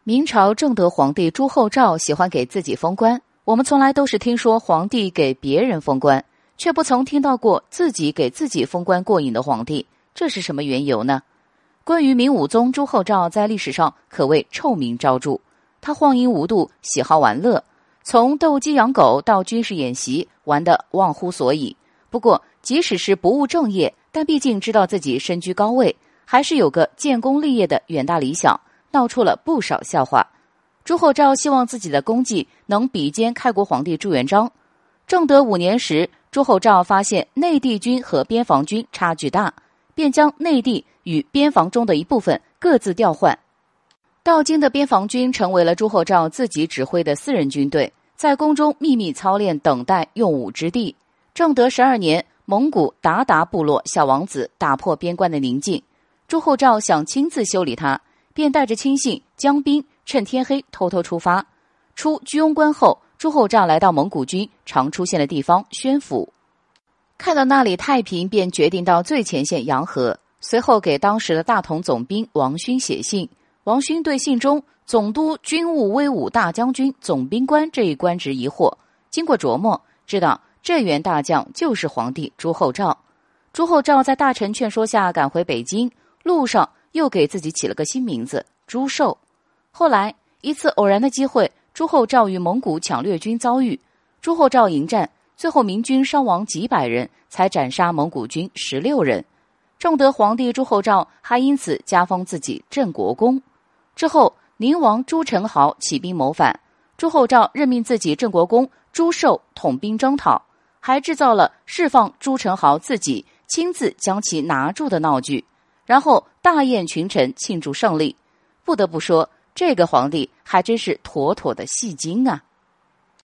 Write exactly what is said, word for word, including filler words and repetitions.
明朝正德皇帝朱厚照喜欢给自己封官，我们从来都是听说皇帝给别人封官，却不曾听到过自己给自己封官过瘾的皇帝，这是什么缘由呢？关于明武宗朱厚照在历史上可谓臭名昭著，他荒淫无度，喜好玩乐，从斗鸡养狗到军事演习，玩得忘乎所以。不过即使是不务正业，但毕竟知道自己身居高位，还是有个建功立业的远大理想，闹出了不少笑话。朱厚照希望自己的功绩能比肩开国皇帝朱元璋。正德五年时，朱厚照发现内地军和边防军差距大，便将内地与边防中的一部分各自调换。到京的边防军成为了朱厚照自己指挥的私人军队，在宫中秘密操练，等待用武之地。正德十二年，蒙古鞑靼部落小王子打破边关的宁静，朱厚照想亲自修理他，便带着亲信江彬趁天黑偷偷出发。出居庸关后，朱厚照来到蒙古军常出现的地方宣府，看到那里太平，便决定到最前线洋河。随后给当时的大同总兵王勋写信，王勋对信中总督军务威武大将军总兵官这一官职疑惑，经过琢磨，知道这员大将就是皇帝朱厚照。朱厚照在大臣劝说下赶回北京，路上又给自己起了个新名字朱寿。后来一次偶然的机会，朱厚照与蒙古抢掠军遭遇，朱厚照迎战，最后明军伤亡几百人，才斩杀蒙古军十六人。正德皇帝朱厚照还因此加封自己镇国公。之后宁王朱宸濠起兵谋反，朱厚照任命自己镇国公朱寿统兵征讨，还制造了释放朱宸濠自己亲自将其拿住的闹剧，然后大宴群臣庆祝胜利。不得不说，这个皇帝还真是妥妥的戏精啊。